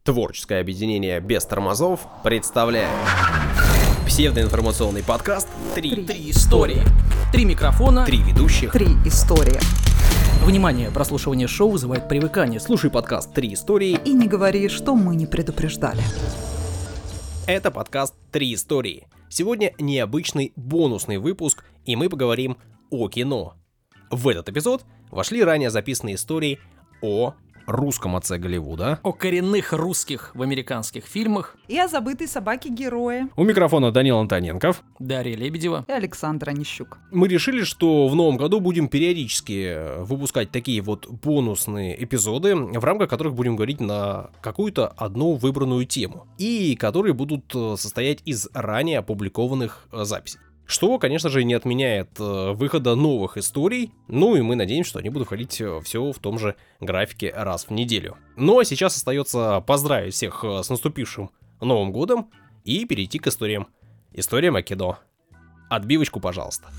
Творческое объединение «Без тормозов» представляет псевдоинформационный подкаст «Три истории». 3 микрофона, 3 ведущих, 3 истории. Внимание, прослушивание шоу вызывает привыкание. Слушай подкаст «Три истории». И не говори, что мы не предупреждали. Это подкаст «Три истории». Сегодня необычный бонусный выпуск, и мы поговорим о кино. В этот эпизод вошли ранее записанные истории о русском отце Голливуда, О коренных русских в американских фильмах. И о забытой собаке-герое. у микрофона Данил Антоненков. Дарья Лебедева. И Александра Нищук. Мы решили, что в новом году будем периодически выпускать такие вот бонусные эпизоды, в рамках которых будем говорить на какую-то одну выбранную тему, и которые будут состоять из ранее опубликованных записей. Что, конечно же, не отменяет выхода новых историй, ну и мы надеемся, что они будут ходить все в том же графике раз в неделю. Ну а сейчас остается поздравить всех с наступившим Новым годом и перейти к историям. Историям о кино. Отбивочку, пожалуйста.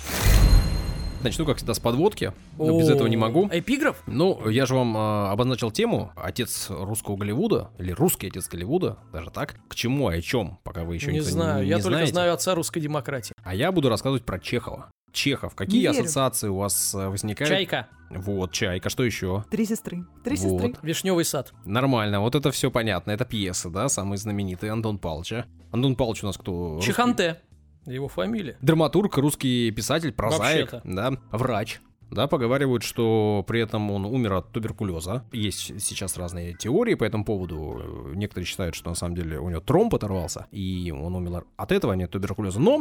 Начну, как всегда, с подводки, но без этого не могу. Эпиграф? Ну, я же вам обозначил тему «Отец русского Голливуда», или «Русский отец Голливуда», даже так. К чему и о чем, пока вы еще Не знаю, я только знаете. знаю отца русской демократии. А я буду рассказывать про Чехова. Чехов, какие Не верю. ассоциации у вас возникают? Чайка. Вот, Чайка, что еще? 3 сестры. 3 Вот. сестры. Вишневый сад. Нормально, вот это все понятно, это пьеса, да, самые знаменитые, Антон Павловича. Антон Павлович у нас кто? Чеханте. Его фамилия. Драматург, русский писатель, прозаик, Вообще-то. да, врач. Да, поговаривают, что при этом он умер от туберкулеза. Есть сейчас разные теории по этому поводу. Некоторые считают, что на самом деле у него тромб оторвался, и он умер от этого, а не от туберкулеза. Но,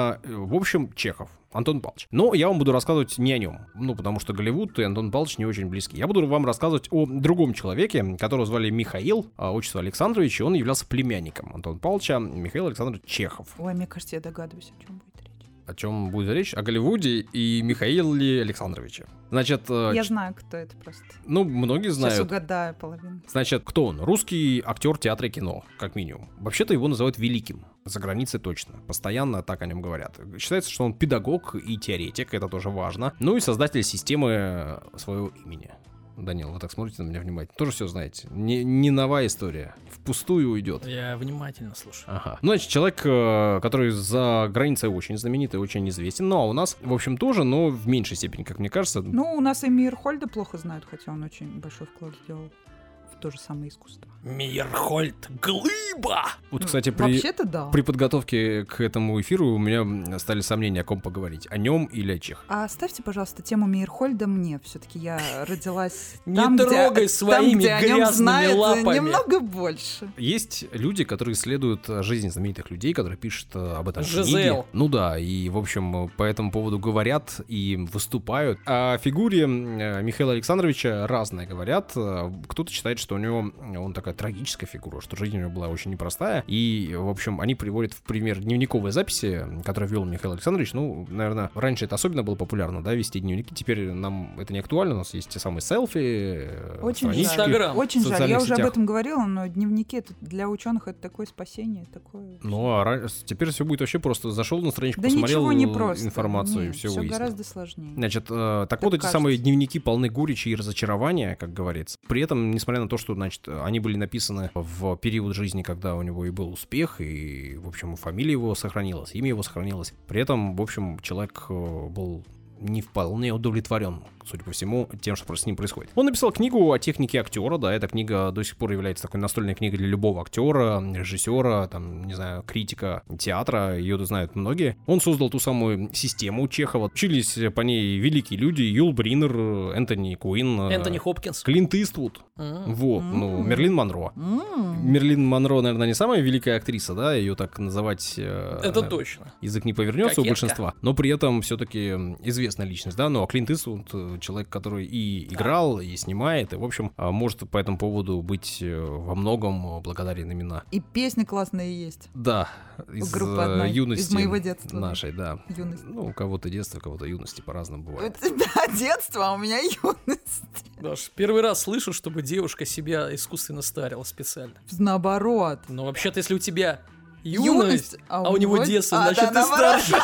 в общем, Чехов, Антон Павлович. Но я вам буду рассказывать не о нем. Ну, потому что Голливуд и Антон Павлович не очень близки. Я буду вам рассказывать о другом человеке, которого звали Михаил, отчество Александрович, и он являлся племянником Антона Павловича, Михаил Александрович Чехов. Ой, мне кажется, я догадываюсь, о чем будет речь. О чем будет речь? О Голливуде и Михаиле Александровиче. Значит, Я знаю, кто это просто. ну, многие Сейчас знают. угадаю половину. Значит, кто он? Русский актер театра и кино, как минимум. Вообще-то его называют великим. За границей точно. Постоянно так о нем говорят. Считается, что он педагог и теоретик, это тоже важно. Ну и создатель системы своего имени. Данил, вы так смотрите на меня внимательно. Тоже все знаете. Не новая история. Впустую уйдет. Я внимательно слушаю. Ага. Ну, значит, человек, который за границей очень знаменитый, очень известен. Ну, а у нас, в общем, тоже, но в меньшей степени, как мне кажется. Ну, у нас и Мейерхольда плохо знают, хотя он очень большой вклад сделал в то же самое искусство. Мейерхольд. Глыба! Вот, Ну, кстати, вообще-то да. при подготовке к этому эфиру у меня стали сомнения, о ком поговорить. О нем или о Чехове. А оставьте, пожалуйста, тему Мейерхольда мне. Все-таки я родилась Не там, трогай где, своими там, где о нем грязными знают лапами. немного больше. Есть люди, которые исследуют жизнь знаменитых людей, которые пишут об этом Жизель. книги. Ну да, и, в общем, по этому поводу говорят и выступают. О фигуре Михаила Александровича разное говорят. Кто-то считает, что у него он такая трагическая фигура, что жизнь у него была очень непростая. И, в общем, они приводят в пример дневниковые записи, которые вел Михаил Александрович. Ну, наверное, раньше это особенно было популярно, да, вести дневники. Теперь нам это не актуально. У нас есть те самые селфи, Очень странички. жаль. Инстаграм. Очень в жаль. социальных Я уже об сетях. этом говорила, но дневники это для ученых это такое спасение, такое. Ну, а теперь все будет вообще просто. Зашел на страничку, Да посмотрел ничего не просто. информацию Нет, и все всё выяснил. гораздо сложнее. Значит, так вот, эти кажется. самые дневники полны горечи и разочарования, как говорится. При этом, несмотря на то, что, значит, они были написаны в период жизни, когда у него и был успех, и, в общем, фамилия его сохранилась, имя его сохранилось. При этом, в общем, человек был не вполне удовлетворен, судя по всему, тем, что с ним происходит. Он написал книгу о технике актера, да, эта книга до сих пор является такой настольной книгой для любого актера, режиссера, там, не знаю, критика театра, ее знают многие. Он создал ту самую систему Чехова. Учились по ней великие люди: Юл Бриннер, Энтони Куин, Энтони Хопкинс. Клинт Иствуд, вот, ну, Мерлин Монро. М. Мерлин Монро, наверное, не самая великая актриса, да, ее так называть... Это точно. Язык не повернется у Кокетка. большинства, но при этом все-таки известная личность, да, ну а Клинт Иствуд человек, который и играл, и снимает, и, в общем, может по этому поводу быть во многом благодарен именно. И песни классные есть. Да, из Группы одной, юности из моего детства. нашей, да. Юность. Ну, у кого-то детство, у кого-то юности, по-разному У бывает. тебя детство, а у меня юность. Даже первый раз слышу, чтобы девушка себя искусственно старила специально. Наоборот. Но вообще-то, если у тебя юность, а у него детство, А, значит, да, ты наоборот. старше.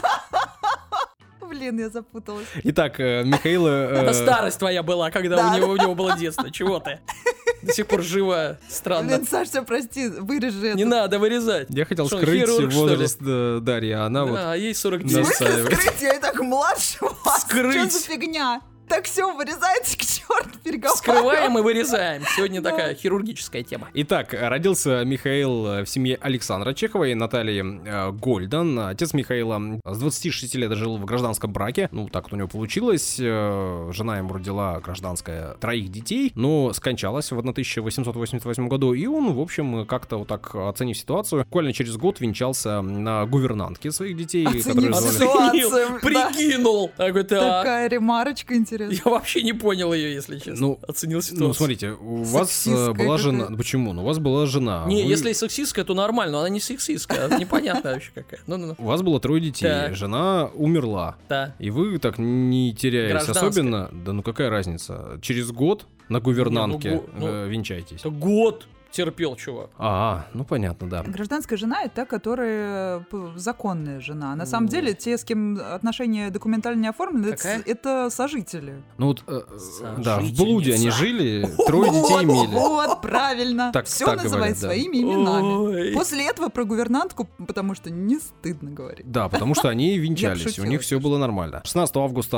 Блин, я запуталась. Итак, Михаил... Это старость твоя была, когда Да. у него было детство. Чего ты? До сих пор живая. Странно. Блин, Саша, прости, вырежи Не это. надо вырезать. Я хотел Что, скрыть хирург, что ли? возраст Дарьи, а она вот... Да, ей В 49. смысле Настаивает. скрыть? Я и так младше вас. Скрыть. Что за фигня? Так все, вырезайте к черту переговаривать. Вскрываем и вырезаем. Сегодня Да. такая хирургическая тема. Итак, родился Михаил в семье Александра Чехова и Натальи Гольдан. Отец Михаила с 26 лет жил в гражданском браке. Ну, так вот у него получилось. Жена ему родила гражданская 3 детей, но скончалась в 1888 году. И он, в общем, как-то вот так, оценив ситуацию, буквально через год венчался на гувернантке своих детей, Оценив которые звали... ситуацию. Прикинул. Такой, так. Такая ремарочка интересная. Я вообще не понял ее, если честно. Ну, Оценил ситуацию. Ну, смотрите, у вас Сексистская была жена... какая-то. Ну, почему? Ну, у вас была жена. Не, Вы- если сексистская, то нормально, но она не сексистская, а непонятно вообще какая. Ну, У вас было 3 детей, Так. жена умерла. да. И вы так не теряясь Гражданская. особенно, да ну какая разница, через год на гувернантке Не, ну, венчаетесь. Это год терпел, чувак. Ну понятно, да. Гражданская жена — это та, которая законная жена. На самом деле, те, с кем отношения документально не оформлены, Какая? это сожители. Ну вот, да, в блуде они Сожительница. жили, 3 детей имели. Вот, правильно. Так- Все так называй говорят, да. своими именами. Ой. После этого про гувернантку, потому что не стыдно говорить. Да, потому что они венчались, у пошутила, них все было нормально. 16 августа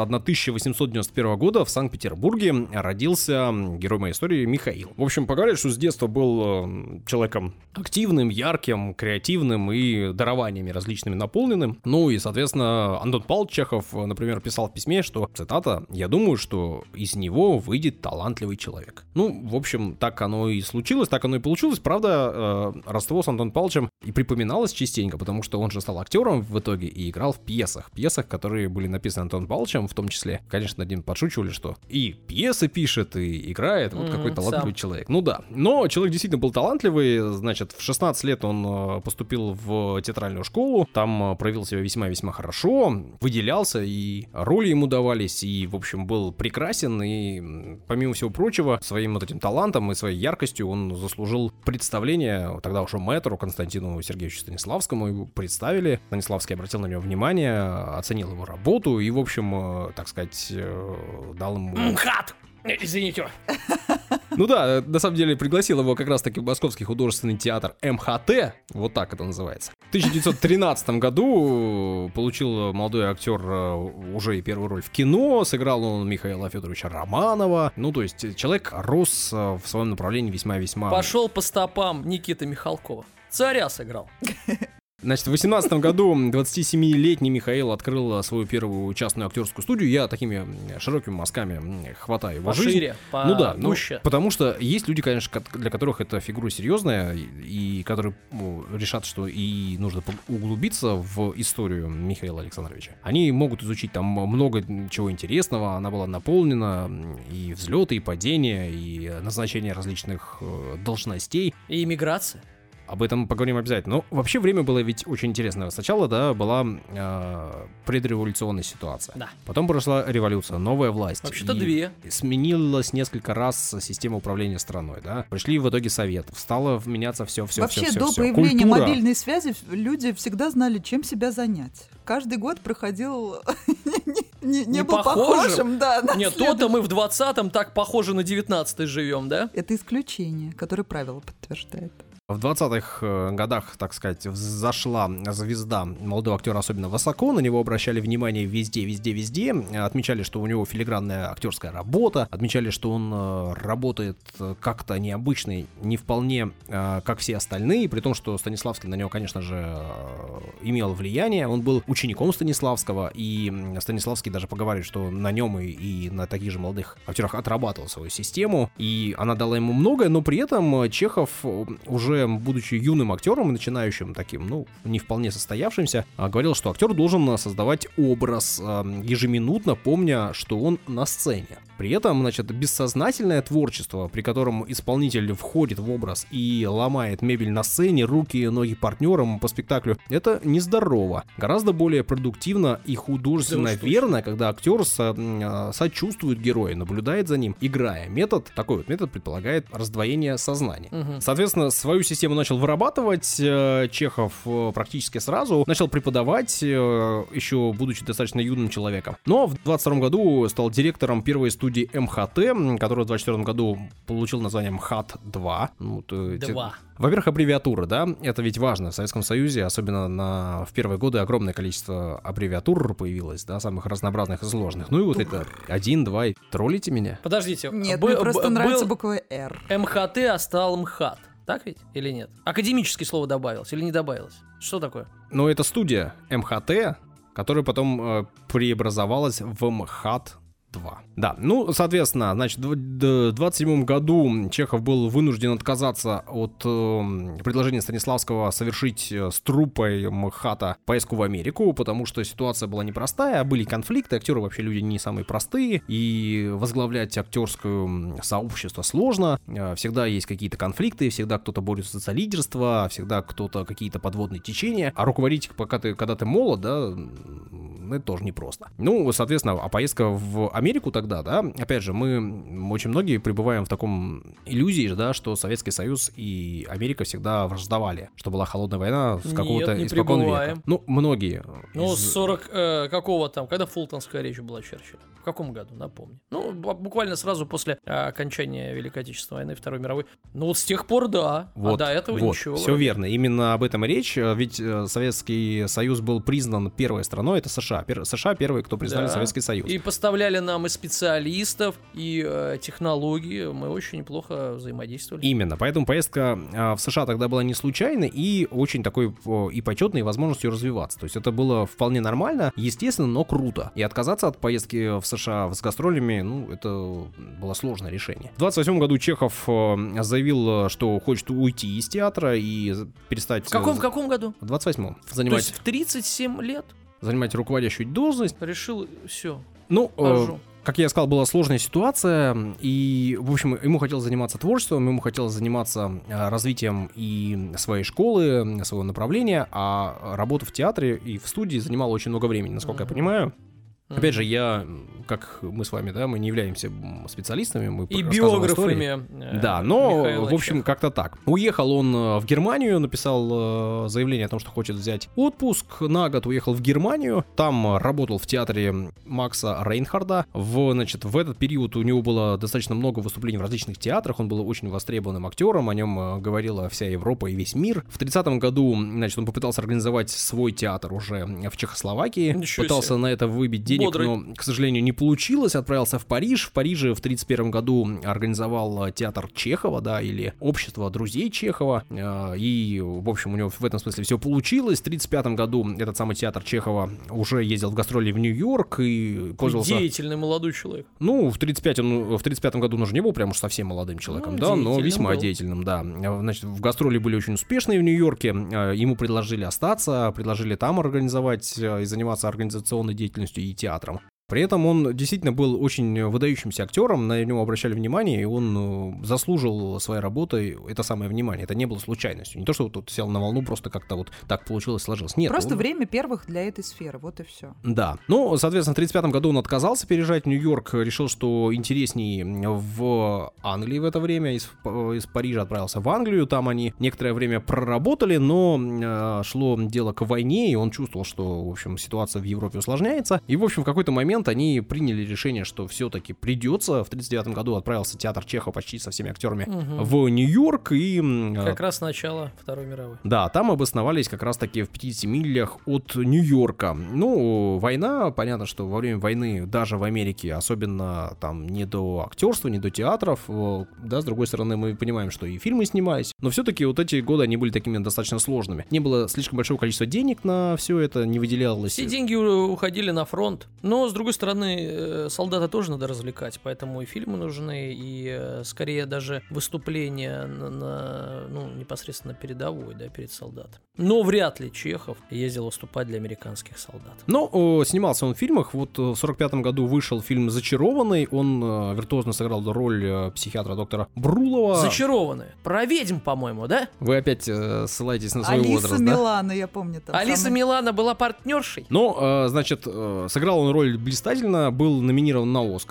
1891 года в Санкт-Петербурге родился герой моей истории Михаил. В общем, поговорили, что с детства был человеком активным, ярким, креативным и дарованиями различными наполненным. Ну и, соответственно, Антон Павлович Чехов, например, писал в письме, что, цитата, «Я думаю, что из него выйдет талантливый человек». Ну, в общем, так оно и случилось, так оно и получилось. Правда, родство с Антоном Павловичем и припоминалось частенько, потому что он же стал актером в итоге и играл в пьесах. Пьесах, которые были написаны Антоном Павловичем, в том числе. Конечно, над ним подшучивали, что и пьесы пишет, и играет, вот какой талантливый сам. человек. Ну да, но человек действительно был талантливый. Значит, в 16 лет он поступил в театральную школу, там проявил себя весьма-весьма хорошо, выделялся, и роли ему давались, и, в общем, был прекрасен, и, помимо всего прочего, своим вот этим талантом и своей яркостью он заслужил представление, тогда уже мэтру Константину Сергеевичу Станиславскому, его представили, Станиславский обратил на него внимание, оценил его работу, и, в общем, так сказать, дал ему... МХАТ! Извините. Ну да, на самом деле пригласил его как раз-таки в Московский художественный театр МХТ, вот так это называется. В 1913 году получил молодой актер уже и первую роль в кино, сыграл он Михаила Федоровича Романова. Ну, то есть человек рос в своем направлении весьма-весьма... Пошел по стопам Никиты Михалкова. Царя сыграл. Значит, в 18 году 27-летний Михаил открыл свою первую частную актерскую студию. Я такими широкими мазками хватаю его жизнь. Пошире, Ну да, погуще. потому что есть люди, конечно, для которых эта фигура серьезная, и которые решат, что и нужно углубиться в историю Михаила Александровича. Они могут изучить там много чего интересного, она была наполнена и взлеты, и падения, и назначение различных должностей. И иммиграция. Об этом поговорим обязательно. Но вообще время было ведь очень интересное. Сначала, да, была предреволюционная ситуация. Да. Потом прошла революция, новая власть. Вообще-то И две. Сменилась несколько раз система управления страной, да. Пришли в итоге советов. Стало меняться все. Вообще, всё, до всё. появления Культура. мобильной связи люди всегда знали, чем себя занять. Каждый год проходил... Не был похожим? похожим, да. на Нет, следующий. то-то мы в 20-м так похоже на 19-й живем, да? Это исключение, которое правило подтверждает. В 20-х годах, так сказать, взошла звезда молодого актера особенно высоко, на него обращали внимание везде, отмечали, что у него филигранная актерская работа, отмечали, что он работает как-то необычно, не вполне как все остальные, при том, что Станиславский на него, конечно же, имел влияние, он был учеником Станиславского, и Станиславский даже поговаривает, что на нем и на таких же молодых актерах отрабатывал свою систему, и она дала ему многое, но при этом Чехов уже будучи юным актером и начинающим таким, ну, не вполне состоявшимся, говорил, что актер должен создавать образ ежеминутно, помня, что он на сцене. При этом, значит, бессознательное творчество, при котором исполнитель входит в образ и ломает мебель на сцене, руки и ноги партнерам по спектаклю, это нездорово. Гораздо более продуктивно и художественно верно, когда актер сочувствует герою, наблюдает за ним, играя. Такой вот метод предполагает раздвоение сознания. Соответственно, свою систему начал вырабатывать Чехов практически сразу. Начал преподавать, еще будучи достаточно юным человеком. Но в 22 году стал директором первой студии МХТ, которая в 24 году получил название МХАТ-2. Во-первых, аббревиатура, да, это ведь важно. В Советском Союзе, особенно в первые годы, огромное количество аббревиатур появилось, да, самых разнообразных и сложных. Ну и вот это 1, 2, троллите меня. Подождите. Нет, мне просто нравится буква «Р». МХТ, а стал МХАТ. Так ведь? Или нет? Академическое слово добавилось или не добавилось? Что такое? Ну, это студия МХТ, которая потом преобразовалась в МХАТ-2. Да, ну, соответственно, значит, в 27 году Чехов был вынужден отказаться от предложения Станиславского совершить с труппой МХАТа поездку в Америку, потому что ситуация была непростая, были конфликты, актеры вообще люди не самые простые, и возглавлять актерское сообщество сложно, всегда есть какие-то конфликты, всегда кто-то борется за лидерство, всегда кто-то какие-то подводные течения, а руководить, когда ты молод, да, это тоже непросто. Ну, соответственно, а поездка в Америку тогда, да, опять же, мы очень многие пребываем в таком иллюзии, да, что Советский Союз и Америка всегда враждовали, что была холодная война с какого-то испокон века. Ну, многие. Ну, с 40 какого там, когда Фултонская речь была Черчилля? В каком году, напомню? Ну, буквально сразу после окончания Великой Отечественной войны, Второй мировой. Ну, вот с тех пор, да. Вот, а до этого ничего. Все верно. Именно об этом и речь. Ведь Советский Союз был признан первой страной, это США. США первые, кто признали Советский Союз. И поставляли нам и специалистов, и технологии. Мы очень неплохо взаимодействовали. Именно. Поэтому поездка в США тогда была не случайной и очень такой и почетной, и возможностью развиваться. То есть это было вполне нормально, естественно, но круто. И отказаться от поездки в США с гастролями, ну, это было сложное решение. В 28 году Чехов заявил, что хочет уйти из театра и перестать... В каком году? В 28-м. То есть в 37 лет? Занимать руководящую должность. Решил, все. Ну, как я сказал, была сложная ситуация, и, в общем, ему хотелось заниматься творчеством, ему хотелось заниматься развитием и своей школы, своего направления, а работа в театре и в студии занимала очень много времени, насколько я понимаю. Опять же, как мы с вами, да, мы не являемся специалистами, мы и биографами. Да, но, в общем, как-то так. Уехал он в Германию, написал заявление о том, что хочет взять отпуск на год, уехал в Германию, там работал в театре Макса Рейнхарда. В этот период у него было достаточно много выступлений в различных театрах, он был очень востребованным актером, о нем говорила вся Европа и весь мир. В 30-м году, значит, он попытался организовать свой театр уже в Чехословакии, пытался на это выбить денег, но, к сожалению, не получилось, отправился в Париж. В Париже в 1931 году организовал театр Чехова, да, или общество друзей Чехова, и, в общем, у него в этом смысле все получилось. В 1935 году этот самый театр Чехова уже ездил в гастроли в Нью-Йорк и пользовался... Деятельный молодой человек. Ну, в 1935 году он уже не был прям уж совсем молодым человеком, да, но весьма деятельным, да. Значит, в гастроли были очень успешные в Нью-Йорке, ему предложили остаться, предложили там организовать и заниматься организационной деятельностью и театром. При этом он действительно был очень выдающимся актером, на него обращали внимание, и он заслужил своей работой это самое внимание. Это не было случайностью. Не то, что тут сел на волну, просто как-то вот так получилось, сложилось. Нет. Просто время первых для этой сферы, вот и все. Да. Ну, соответственно, в 1935 году он отказался переезжать в Нью-Йорк, решил, что интересней в Англии в это время, из Парижа отправился в Англию, там они некоторое время проработали, но шло дело к войне, и он чувствовал, что, в общем, ситуация в Европе усложняется, и, в общем, в какой-то момент они приняли решение, что все-таки придется. В 1939 году отправился театр Чехова почти со всеми актерами в Нью-Йорк. И как раз начало Второй мировой. Да, там обосновались как раз-таки в 50 милях от Нью-Йорка. Ну, война, понятно, что во время войны даже в Америке особенно там не до актерства, не до театров. Да, с другой стороны, мы понимаем, что и фильмы снимались. Но все-таки вот эти годы, они были такими достаточно сложными. Не было слишком большого количества денег на все это, не выделялось. Все деньги уходили на фронт. Но, с другой стороны, солдата тоже надо развлекать, поэтому и фильмы нужны, и скорее даже выступления непосредственно передовой, да, перед солдатом. Но вряд ли Чехов ездил выступать для американских солдат. Но снимался он в фильмах. Вот в 1945 году вышел фильм «Зачарованный». Он виртуозно сыграл роль психиатра доктора Брулова. «Зачарованный». Про ведьм, по-моему, да? Вы опять ссылаетесь на свой возраст, Алиса Милана, я помню. Там Алиса Милана была партнершей. Ну, значит, сыграл он роль блистательно, был номинирован на Оскар.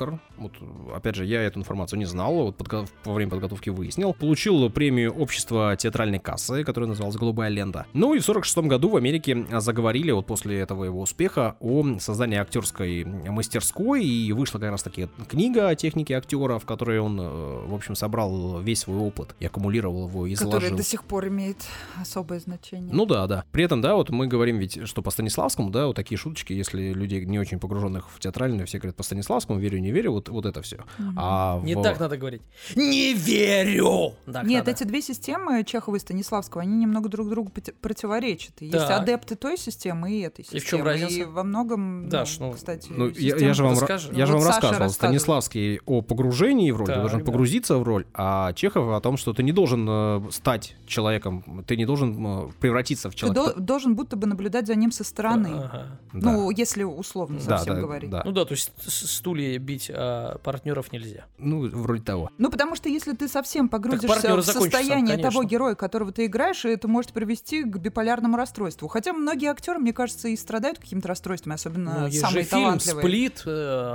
вот, опять же, я эту информацию не знал, вот во время подготовки выяснил, получил премию общества театральной кассы, которая называлась «Голубая лента». Ну и в 1946 году в Америке заговорили вот после этого его успеха о создании актерской мастерской, и вышла как раз таки книга о технике актера, в которой он, в общем, собрал весь свой опыт и аккумулировал его, изложил. Который до сих пор имеет особое значение. Ну да. При этом, да, вот мы говорим ведь, что по Станиславскому, да, вот такие шуточки, если людей не очень погруженных в театральную, все говорят по Станиславскому, верю, не верю, вот это все. Не так надо говорить. Не верю! Так Нет, надо. эти две системы, Чехова и Станиславского, они немного друг другу противоречат. И есть Так. адепты той системы и этой системы. И в чем разница? И во многом, Даш, кстати, Ну, система- я же вам расскажи. Вот Саша рассказывал. рассказывал. Станиславский о погружении в роль, ты Да, должен ребят. погрузиться в роль, а Чехов о том, что ты не должен стать человеком, ты не должен превратиться в Ты человека. должен будто бы наблюдать за ним со стороны. Ага. Да. Ну, если условно Да, совсем да, говорить. да. Ну да, то есть стулья бить, а партнеров нельзя. Ну, вроде того. Ну, потому что если ты совсем погрузишься партнеры в закончатся, состояние конечно. того героя, которого ты играешь, это может привести к биполярному расстройству. Хотя многие актеры, мне кажется, и страдают какими-то расстройствами, особенно Ну, есть самые же фильм талантливые. «Сплит»,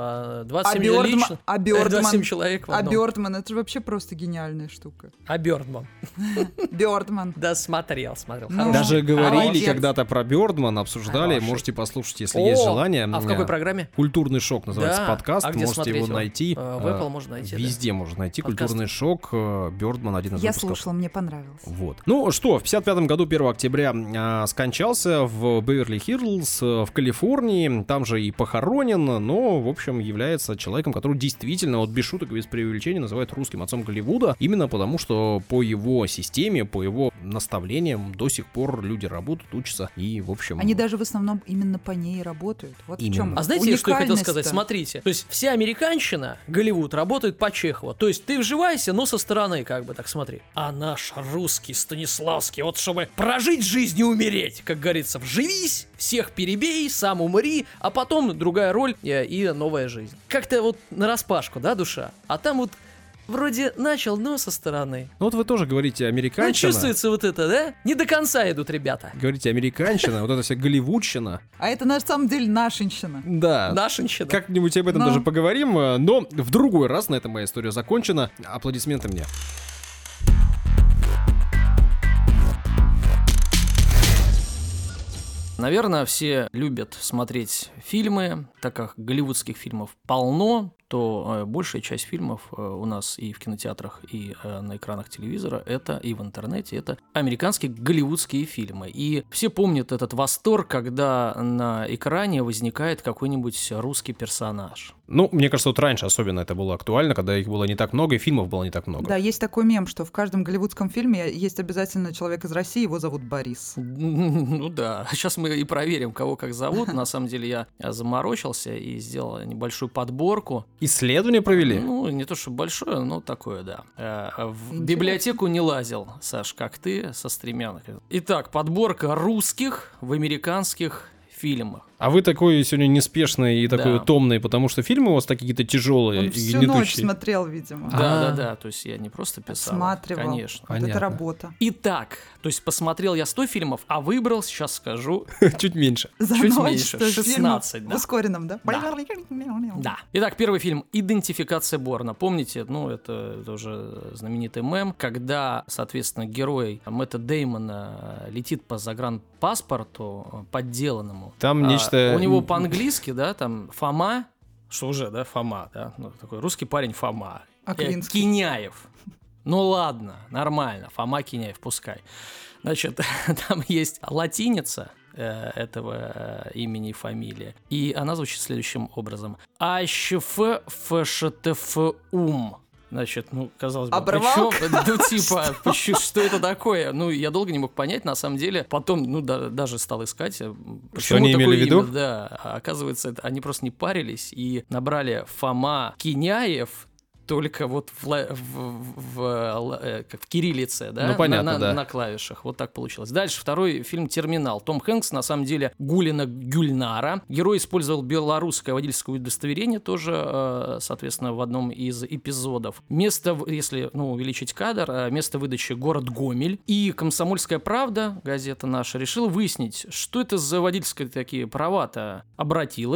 27 Бёрдман- лично. а Бёрдман- 27 человек в А одном. Бёрдман, это же вообще просто гениальная штука. А Бёрдман. Бёрдман. Да, смотрел. Ну, Хороший. Даже говорили молодец. когда-то про Бёрдмана, обсуждали, Хороший. можете послушать, если есть желание. А в какой программе? «Культурный шок» называется Да. подкаст, А где можете смотреть его его? найти. В Apple можно найти, да? Везде можно найти. Подкаст. «Культурный шок», Бёрдман, один из Я выпусков. слушала, мне понравилось. Вот. Ну что, в 55 году, 1 октября, скончался в Беверли-Хиллз, в Калифорнии. Там же и похоронен, но, в общем, является человеком, который действительно, вот без шуток и без преувеличения, называют русским отцом Голливуда. Именно потому, что по его системе, по его наставлениям до сих пор люди работают, учатся и, в общем... Они даже в основном именно по ней работают. Вот Именно. в чем А знаете, что я хотел уникальность-то? сказать? Смотрите, то есть вся американщина, Голливуд, работает по Чехову. То есть ты вживайся, но со стороны, как бы так смотри. А наш русский Станиславский, вот чтобы прожить жизнь и умереть, как говорится, вживись, всех перебей, сам умри, а потом другая роль и новая жизнь. Как-то вот нараспашку, да, душа? А там вот вроде начал, но со стороны. Ну вот вы тоже говорите Ну, американщина. чувствуется вот это, да? Не до конца идут ребята. Говорите американщина, вот это вся голливудщина. А это на самом деле нашинщина. Да. Нашинщина. Как-нибудь об этом Ну. даже поговорим, но в другой раз. На этом моя история закончена. Аплодисменты мне. Наверное, все любят смотреть фильмы, так как голливудских фильмов полно, то большая часть фильмов у нас и в кинотеатрах, и на экранах телевизора, это и в интернете, это американские голливудские фильмы. И все помнят этот восторг, когда на экране возникает какой-нибудь русский персонаж. Ну, мне кажется, вот раньше особенно это было актуально, когда их было не так много, и фильмов было не так много. Да, есть такой мем, что в каждом голливудском фильме есть обязательно человек из России, его зовут Борис. Ну да, сейчас мы и проверим, кого как зовут. На самом деле я заморочился и сделал небольшую подборку. Исследования провели? Ну, не то, что большое, но такое, да. В Интересно. библиотеку не лазил, Саш, как ты, со стремянок. Итак, подборка русских в американских фильмах. А вы такой сегодня неспешный и такой Да. томный, потому что фильмы у вас какие-то тяжелые Он и всю ночь гнетущие. смотрел, видимо. Да, то есть я не просто писал. Отсматривал. Конечно. Вот это Понятно. работа. Итак, то есть посмотрел я 100 фильмов, а выбрал, сейчас скажу, Чуть меньше. За Чуть ночь, меньше, что, фильмов 16, да. В ускоренном, да? Да. Итак, первый фильм «Идентификация Борна». Помните, ну, это уже знаменитый мем, когда, соответственно, герой Мэтта Деймона летит по загранпаспорту подделанному. Там нечто... У него по-английски, да, там Фома, что уже, да, Фома, да, ну, такой русский парень Фома. Аквинский. Киняев. Ну ладно, нормально, Фома Киняев, пускай. Значит, там есть латиница этого имени и фамилии, и она звучит следующим образом. АЩФ-ФШТФ-УМ. Значит, ну, казалось бы, Оборвал? ну, типа, что это такое? Ну, я долго не мог понять, на самом деле. Потом, ну, даже стал искать, почему они такое имели в виду? имя. Да, а оказывается, они просто не парились и набрали Фома Киняев, только вот в кириллице, да? Ну, понятно, да. На клавишах. Вот так получилось. Дальше второй фильм «Терминал». Том Хэнкс, на самом деле, Гулина Гюльнара. Герой использовал белорусское водительское удостоверение, тоже, соответственно, в одном из эпизодов. Место, если, ну, увеличить кадр, место выдачи город Гомель. И «Комсомольская правда», газета наша, решила выяснить, что это за водительские такие права-то. Обратилась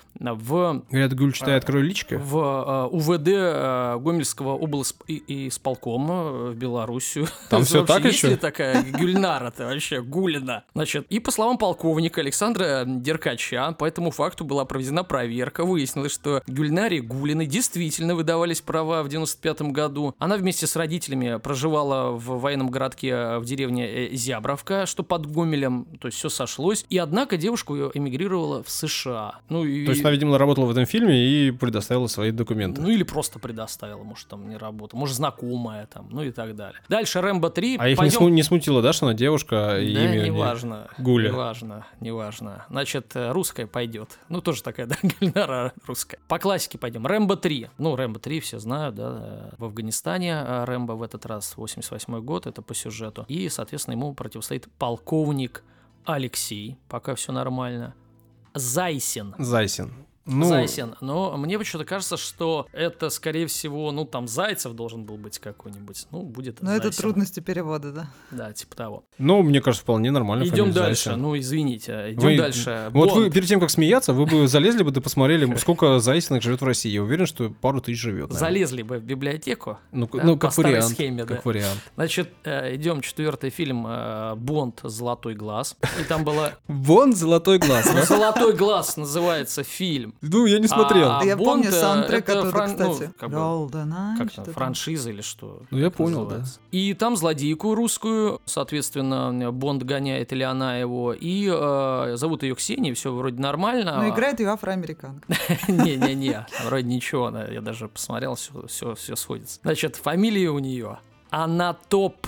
Говорят, Гуль читает кроличка. В УВД Гомельского облисполкома в Белоруссию. Там все так есть еще? ли такая Гюльнара-то вообще, Гулина? Значит, и по словам полковника Александра Деркача, по этому факту была проведена проверка. Выяснилось, что Гюльнаре Гулиной действительно выдавались права в 95-м году. Она вместе с родителями проживала в военном городке в деревне Зябровка, что под Гомелем, то есть все сошлось. И однако девушка эмигрировала в США. То есть она, видимо, работала в этом фильме и предоставила свои документы. Ну или просто предоставила, может, там не работала, может, знакомая там, ну и так далее. Дальше Рэмбо 3. А их не смутило, да, что она девушка, и да, имя неважно. Гуля? Неважно. Значит, русская пойдет. Ну, тоже такая, да, Гюльнара русская. По классике пойдем. Рэмбо 3. Ну, Рэмбо 3 все знают, да, в Афганистане Рэмбо в этот раз 88-й год, это по сюжету. И, соответственно, ему противостоит полковник Алексей, пока все нормально. Зайсин. Зайсин. Но мне почему-то кажется, что это, скорее всего, ну, там Зайцев должен был быть какой-нибудь. Ну, будет Но Зайсин. это трудности перевода, да? Да, типа того. Ну, мне кажется, вполне нормально. Идем дальше. Ну, извините. Идем дальше. Вот вы перед тем, как смеяться, вы бы залезли бы, да посмотрели, сколько Зайсиных живет в России. Я уверен, что пару тысяч живет. Залезли бы в библиотеку. Ну, по как старой вариант. схеме, да. Как вариант. Значит, идем 4-й фильм «Бонд. Золотой глаз». И там была... Вон «Золотой глаз», да? «Золотой глаз» называется фильм. Ну, я не смотрел. Я Бонд, помню саундтрек это оттуда, кстати. GoldenEye, как что-то франшиза или что? Ну, я понял, да. И там злодейку русскую, соответственно, Бонд гоняет, или она его, и зовут ее Ксения, все вроде нормально. Но играет ее афроамериканка. Не-не-не, вроде ничего, я даже посмотрел, все сходится. Значит, фамилия у нее Анатоп.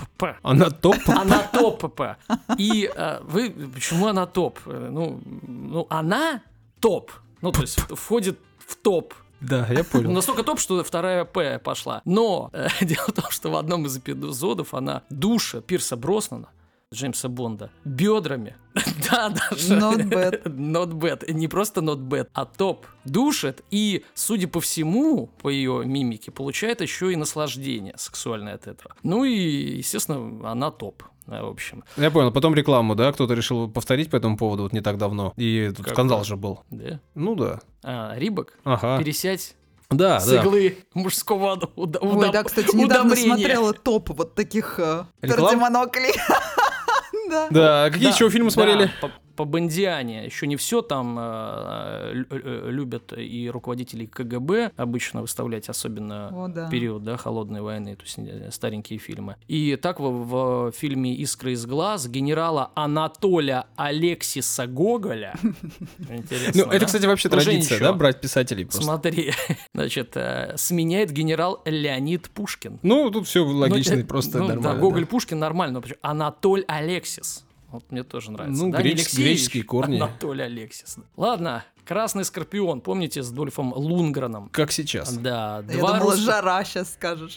Анатоп. И вы, почему она топ? Ну, она топ. Ну, то есть входит в топ. Да, я понял. Настолько топ, что вторая П пошла. Но дело в том, что в одном из эпизодов она душит Пирса Броснана, Джеймса Бонда, бедрами. Да, даже. Not bad. Not bad. Не просто not bad, а топ. Душит и, судя по всему, по ее мимике, получает еще и наслаждение сексуальное от этого. Ну и, естественно, она топ. В общем. Я понял. Потом рекламу, да, кто-то решил повторить по этому поводу вот не так давно. И тут скандал же был. Да? Ну да. Рибок? Ага. С Пересядь иглы мужского Ой, да, кстати, недавно смотрела топ вот таких кардимоноклей. Да, какие еще фильмы смотрели? По Бондиане. Еще не все там любят и руководители КГБ обычно выставлять, особенно в период холодной войны, то есть старенькие фильмы. И так в фильме «Искры из глаз» генерала Анатолия Алексиса Гоголя. Интересно, это, кстати, вообще традиция, да, брать писателей просто. Смотри, значит, сменяет генерал Леонид Пушкин. Ну, тут все логично, просто нормально. Да, Гоголь, Пушкин нормально, но почему? Анатоль Алексис. Вот мне тоже нравится. Ну, да, греческие корни. Анатолий Алексис. Ладно, «Красный скорпион», помните, с Дольфом Лундгреном? Как сейчас. Да. Я думала, «Жара» сейчас скажешь.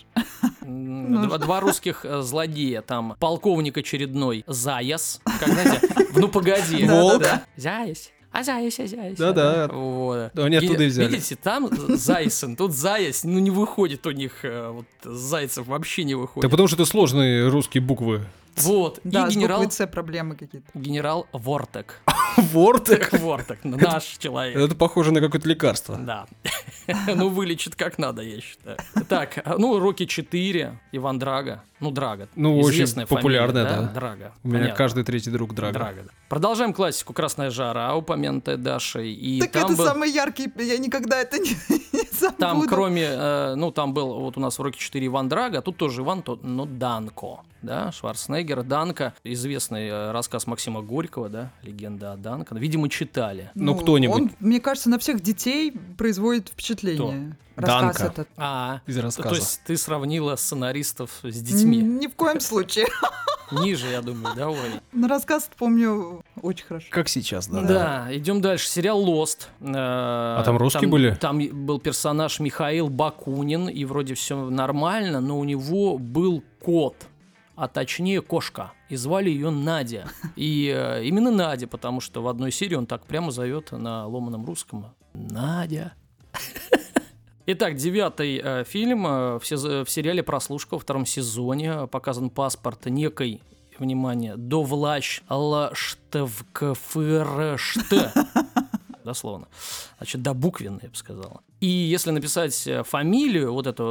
Два русских злодея. Там полковник очередной Заяц. Как, знаете, ну погоди. Волк. Заяц. Заяц. Да-да. Вот. Они оттуда и взяли. Видите, там Зайцен, тут Заяц, ну не выходит у них, вот Зайцев вообще не выходит. Да потому что это сложные русские буквы. Вот. Да, и генерал... с буквой «Ц» проблемы какие-то. Генерал Вортек. Вортек? Вортек, наш человек. Это похоже на какое-то лекарство. Да. Ну, вылечит как надо, я считаю. Так, ну, «Рокки 4», Иван Драго. Ну, Драго. Ну, очень популярная, да. Драго. У меня каждый третий друг Драго. Продолжаем классику «Красная жара», упомянутая Дашей. И так там это самый яркий, я никогда это не забуду. Там, кроме, ну, там был вот у нас в «Рокки 4» Иван Драго, а тут тоже Иван, но Данко. Да, Шварценеггер, Данко, известный рассказ Максима Горького, да, «Легенда о Данко». Видимо, читали. Ну, кто-нибудь. Он, мне кажется, на всех детей производит впечатление. Рассказ Данко. Этот. Из рассказа. То есть ты сравнила сценаристов с детьми? Ни в коем случае. Ниже, я думаю, да, Оля? Но рассказ помню очень хорошо. Как сейчас, да. Да, идем дальше. Сериал «Лост». А там русские были? Там был персонаж Михаил Бакунин, и вроде все нормально, но у него был кот. А точнее кошка. И звали ее Надя. И именно Надя, потому что в одной серии он так прямо зовет на ломаном русском. Надя. Итак, 9-й фильм в сериале «Прослушка» во 2-м сезоне. Показан паспорт некой, внимание, Довлач Лаштевкфршт. дословно. Значит, добуквенный, я бы сказал. И если написать фамилию, вот эту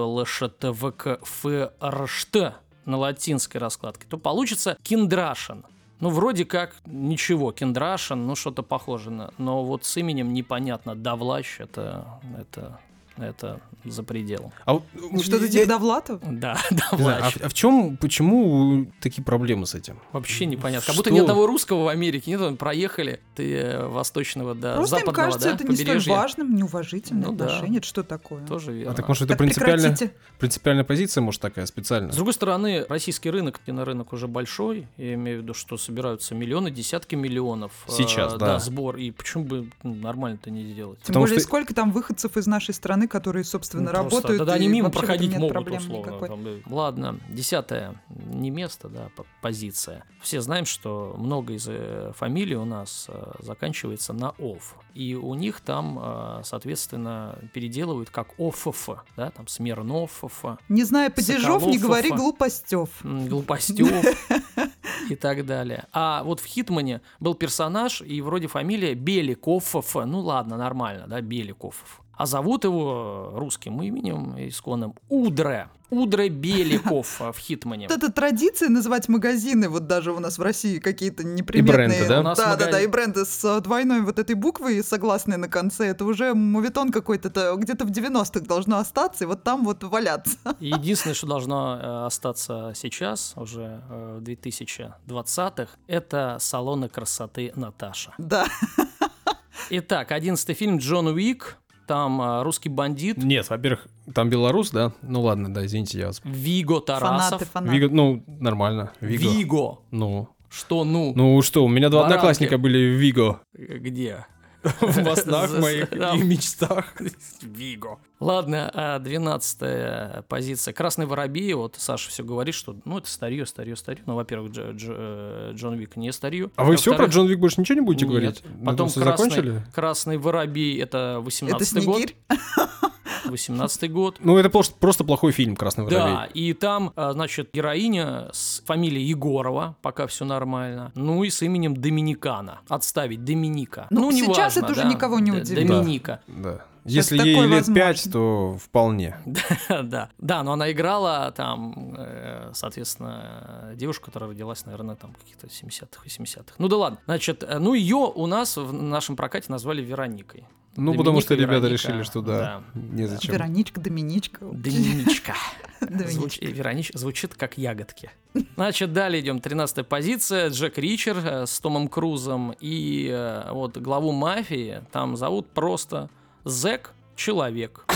ЛШТВКФРШТ на латинской раскладке, то получится Киндрашин. Ну, вроде как ничего, Киндрашин, ну, что-то похоже на... Но вот с именем непонятно. Давлач — это за пределом. Что-то типа Довлатов? Да, Давлач. Почему такие проблемы с этим? Вообще непонятно. Как будто ни одного русского в Америке нет, проехали восточного до просто западного, им кажется, да, это не побережья. столь важным, неуважительное Ну, отношение. да. Это что такое? Тоже верно. Так может это Так прекратите. принципиальная позиция, может, такая специальная? С другой стороны, российский рынок, кинорынок уже большой, я имею в виду, что собираются миллионы, десятки миллионов. Сейчас, да. Сбор, и почему бы нормально-то не сделать? Тем Потому более, что- сколько там выходцев из нашей страны, которые, собственно, Просто, работают. да, они и мимо вообще в этом проходить нет могут, проблем условно. никакой. Там, ладно, 10-е, не место, да, позиция. Все знаем, что много из фамилий у нас заканчивается на «ов». И у них там, соответственно, переделывают как ОФФ, да, там Смирнов, Не зная падежов, не Соколов, говори глупостев. Глупостев и так далее. А вот в «Хитмане» был персонаж, и вроде фамилия Беликов. Ну ладно, нормально, да, Беликов. А зовут его русским именем исконным Удре. Удре Беликов в «Хитмане». Вот эта традиция называть магазины, вот даже у нас в России какие-то неприметные... бренды, да? У нас Да, и бренды с двойной вот этой буквой согласной на конце, это уже моветон какой-то, где-то в 90-х должно остаться, и вот там вот валяться. Единственное, что должно остаться сейчас, уже в 2020-х, это салоны красоты Наташа. Да. Итак, 11-й фильм «Джон Уик». Там русский бандит Нет, во-первых, там белорус, да? Ну ладно, да, извините, я вас... Виго Тарасов. Фанаты. Виго, ну, нормально. Виго. Ну. Что «ну»? Ну что, у меня 2 Баранки. одноклассника были в Виго. Где? В снах моих и мечтах. Виго. Ладно, 12-я позиция. «Красный воробей». Вот Саша все говорит, что ну это старье. Ну, во-первых, Джон Уик не старье. А вы все про Джон Уик больше ничего не будете Нет. говорить? Потом Все закончили? «Красный воробей» — это Это 18-й год. Снегирь. 18-й год. Ну, это просто плохой фильм «Красный Да, воробей». и там, значит, героиня с фамилией Егорова, пока все нормально, ну и с именем Доминикана. Отставить Доминика. Ну, не сейчас важно, это уже да. никого не удивит. Доминика. Да. Сейчас Если ей такое лет возможно. 5, то вполне. Да, но она играла там, соответственно, девушку, которая родилась, наверное, там каких-то 70-х, 80-х. Ну да ладно. Значит, ну ее у нас в нашем прокате назвали Вероникой. Ну, потому что Доминика, ребята Вероника, решили, что да, незачем. Вероничка, Доминичка. Доминичка. Доминичка. Вероничка звучит как ягодки. Значит, далее идем. 13-я позиция. Джек Ричер с Томом Крузом. И вот главу мафии там зовут просто Зэк Человек.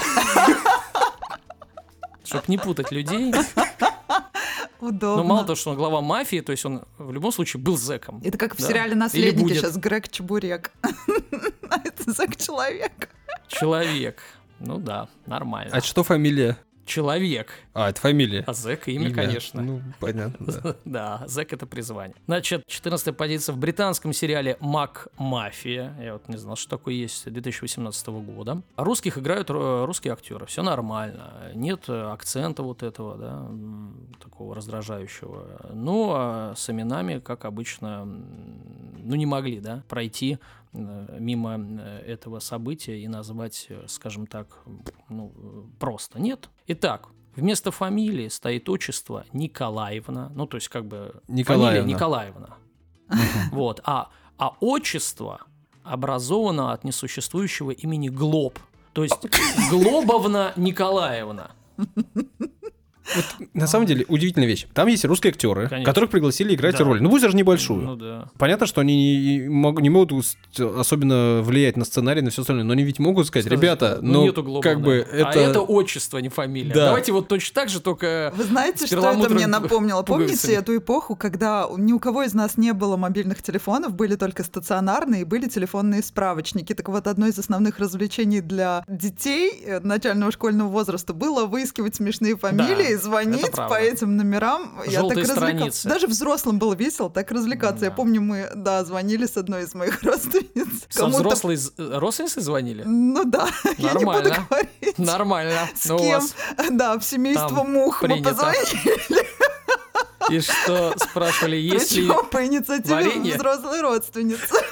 Чтоб не путать людей. Удобно. Но мало того, что он глава мафии, то есть он в любом случае был зэком. Это как в Да. сериале Или «Наследники» будет. сейчас Грег Чебурек. Это Зэк-человек. Человек. Ну да, нормально. А что фамилия? Человек. А, это фамилия. А зэк имя, конечно. Ну, понятно, да. Да, зэк — это призвание. Значит, 14-я позиция в британском сериале «Мак-мафия». Я вот не знал, что такое есть, 2018 года. Русских играют русские актеры. Все нормально. Нет акцента вот этого, да, такого раздражающего. Ну, а с именами, как обычно, ну, не могли, да, пройти мимо этого события и назвать, скажем так, ну, просто. Нет. Итак, вместо фамилии стоит отчество Николаевна. Ну, то есть, как бы, фамилия Николаевна. Вот. А отчество образовано от несуществующего имени Глоб. То есть, Глобовна Николаевна. Вот, на самом деле, удивительная вещь. Там есть русские актеры, Конечно. которых пригласили играть Да. роль. Ну, пусть даже небольшую. Ну да. Понятно, что они не могут особенно влиять на сценарий, на все остальное, но они ведь могут сказать, ребята, ну, ну, нету Глобовны. как бы А это отчество, не фамилия. Да. Давайте вот точно так же, только... Вы знаете, с что это мне перламутровыми напомнило? Помните пуговицами. эту эпоху, когда ни у кого из нас не было мобильных телефонов, были только стационарные, и были телефонные справочники. Так вот, одно из основных развлечений для детей начального школьного возраста было выискивать смешные фамилии, это звонить правда. по этим номерам. Желтые развлекалась. страницы. Даже взрослым было весело так развлекаться. Я Да. помню, мы, звонили с одной из моих родственниц. Со взрослой родственницей звонили? Ну да, я не буду Нормально. говорить. Нормально. С Ну, у кем? вас Да, в семейство там мух мы принято. позвонили. И что, спрашивали, есть ли... Причем по инициативе варенье? взрослой родственницы.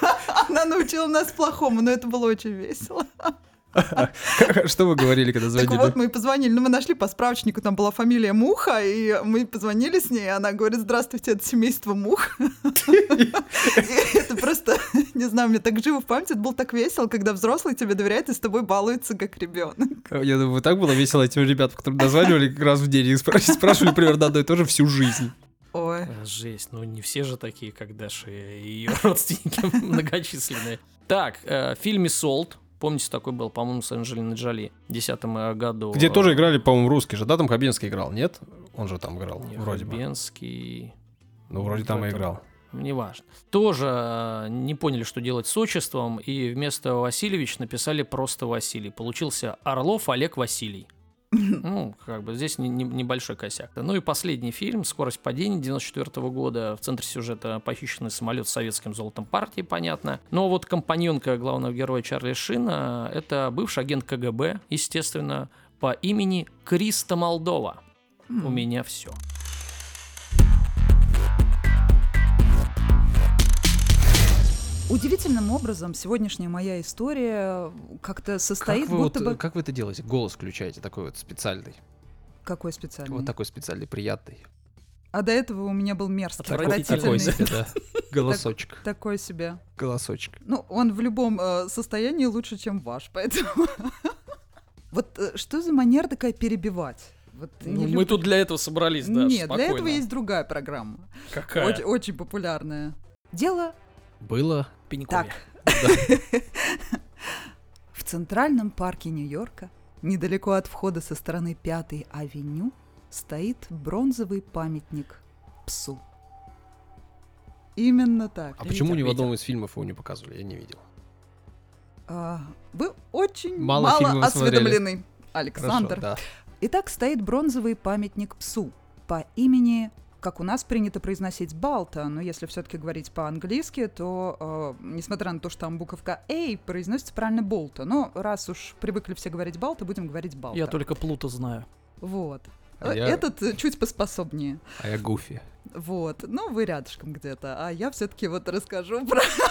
Она научила нас плохому, но это было очень весело. Что вы говорили, когда звонили? Так вот, мы позвонили, мы нашли по справочнику, там была фамилия Муха, и мы позвонили с ней, и она говорит: здравствуйте, это семейство Мух. Это просто, не знаю, мне так живо в памяти, это было так весело, когда взрослый тебе доверяет и с тобой балуется как ребенок. Я думаю, так было весело этим ребятам, которые названивали как раз в день и спрашивали примерно одно и то же всю жизнь. Ой. Жесть, ну не все же такие, как Даша и ее родственники многочисленные. Так, в фильме «Солт», помните, такой был, по-моему, с Анджелиной Джоли в 2010 году. Где тоже играли, по-моему, русские же, да? Там Хабенский играл, нет? Он же там играл, вроде бы. Хабенский... Ну, вроде там и играл. Неважно. Тоже не поняли, что делать с отчеством, и вместо Васильевич написали просто Василий. Получился Орлов Олег Василий. Ну, как бы здесь небольшой косяк. Ну и последний фильм «Скорость падения» 94 года. В центре сюжета похищенный самолет с советским золотом партии, понятно. Но вот компаньонка главного героя Чарли Шина — это бывший агент КГБ, естественно, по имени Криста Молдова. У меня все. Удивительным образом сегодняшняя моя история как-то состоит, Как вы это делаете? Голос включаете такой вот специальный. Какой специальный? Вот такой специальный, приятный. А до этого у меня был мерзкий, Такой отвратительный. себе, да. Голосочек. Такой себе. Голосочек. Ну, он в любом состоянии лучше, чем ваш, поэтому... Вот что за манера такая перебивать? Вот Мы тут для этого собрались, да. Нет, для этого есть другая программа. Какая? Очень популярная. Дело... Было. Пенькове. Так. В Центральном парке Нью-Йорка, недалеко от входа со стороны 5-й авеню, стоит бронзовый памятник псу. Именно так. А почему ни в одном из фильмов его не показывали? Я не видел. Вы очень Мало мало фильмов осведомлены, Александр. Хорошо, да. Итак, стоит бронзовый памятник псу по имени, как у нас принято произносить, Балта, но если все-таки говорить по-английски, то, несмотря на то, что там буковка A, произносится правильно Болта. Но раз уж привыкли все говорить Балта, будем говорить Балта. Я только Плута знаю. Вот. А я- Этот чуть поспособнее. А я Гуфи. Вот. Ну, вы рядышком где-то. А я все-таки вот расскажу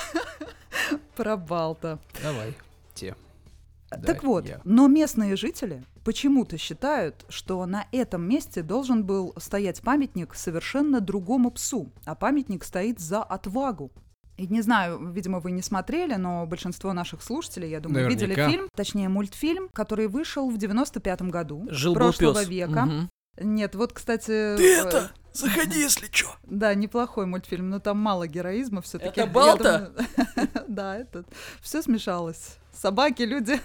про Балта. Давай. Те. Так Да, вот, я. но местные жители почему-то считают, что на этом месте должен был стоять памятник совершенно другому псу, а памятник стоит за отвагу. И не знаю, видимо, вы не смотрели, но большинство наших слушателей, я думаю, Наверняка. видели фильм, точнее мультфильм, который вышел в 95-м году Жил-был прошлого пёс. века. Мгм. Нет, вот, кстати... Заходи, если чё. Да, неплохой мультфильм, но там мало героизма все-таки. Это Балта? Да, это все смешалось. Собаки, люди.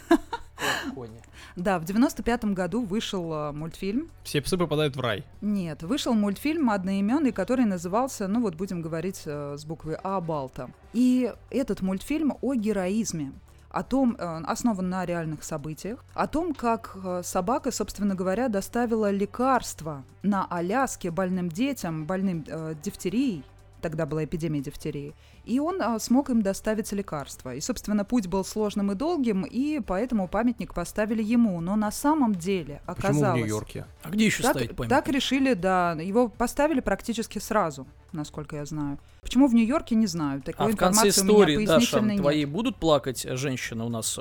Кони. Да, в 95-м году вышел мультфильм. Все псы попадают в рай. Нет, вышел мультфильм одноименный, который назывался, ну вот будем говорить с буквы А, Балта. И этот мультфильм о героизме. О том, основан на реальных событиях, о том, как собака, собственно говоря, доставила лекарства на Аляске больным детям, больным дифтерией, тогда была эпидемия дифтерии, и он смог им доставить лекарства. И, собственно, путь был сложным и долгим, и поэтому памятник поставили ему. Но на самом деле оказалось... Почему в Нью-Йорке? А где еще стоит памятник? Так решили, да. Его поставили практически сразу, насколько я знаю. Почему в Нью-Йорке, не знаю. Такой А в конце информации у меня истории, Даша, пояснительной нет. твои будут плакать женщины у нас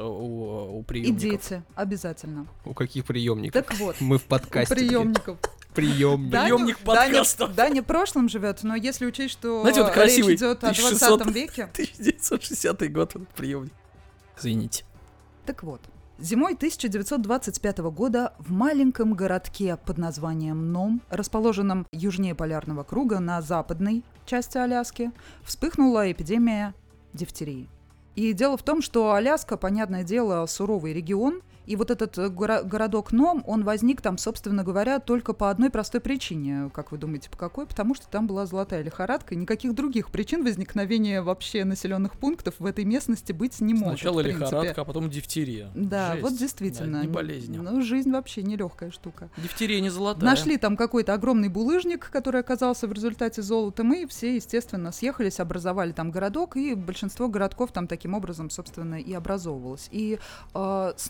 у И приемников? дети, обязательно. У каких приемников? Так вот, Мы в подкасте. приемников. Приемник. Даня- Приемник подкастов. Даня в прошлом живет, но если учесть, что Знаете, вот красивый, речь идет о 1600. 20 веке. 1960 год, вот приемник. Извините. Так вот, зимой 1925 года в маленьком городке под названием Ном, расположенном южнее полярного круга на западной части Аляски, вспыхнула эпидемия дифтерии. И дело в том, что Аляска, понятное дело, суровый регион, и вот этот городок Ном, он возник там, собственно говоря, только по одной простой причине. Как вы думаете, по какой? Потому что там была золотая лихорадка, и никаких других причин возникновения вообще населенных пунктов в этой местности быть не может. Сначала в принципе. лихорадка, а потом дифтерия. Да, Жесть. вот действительно. Да, не болезнь. Ну, жизнь вообще нелегкая штука. Дифтерия не золотая. Нашли там какой-то огромный булыжник, который оказался в результате золотом, и все, естественно, съехались, образовали там городок, и большинство городков там таким образом, собственно, и образовывалось. И снабжение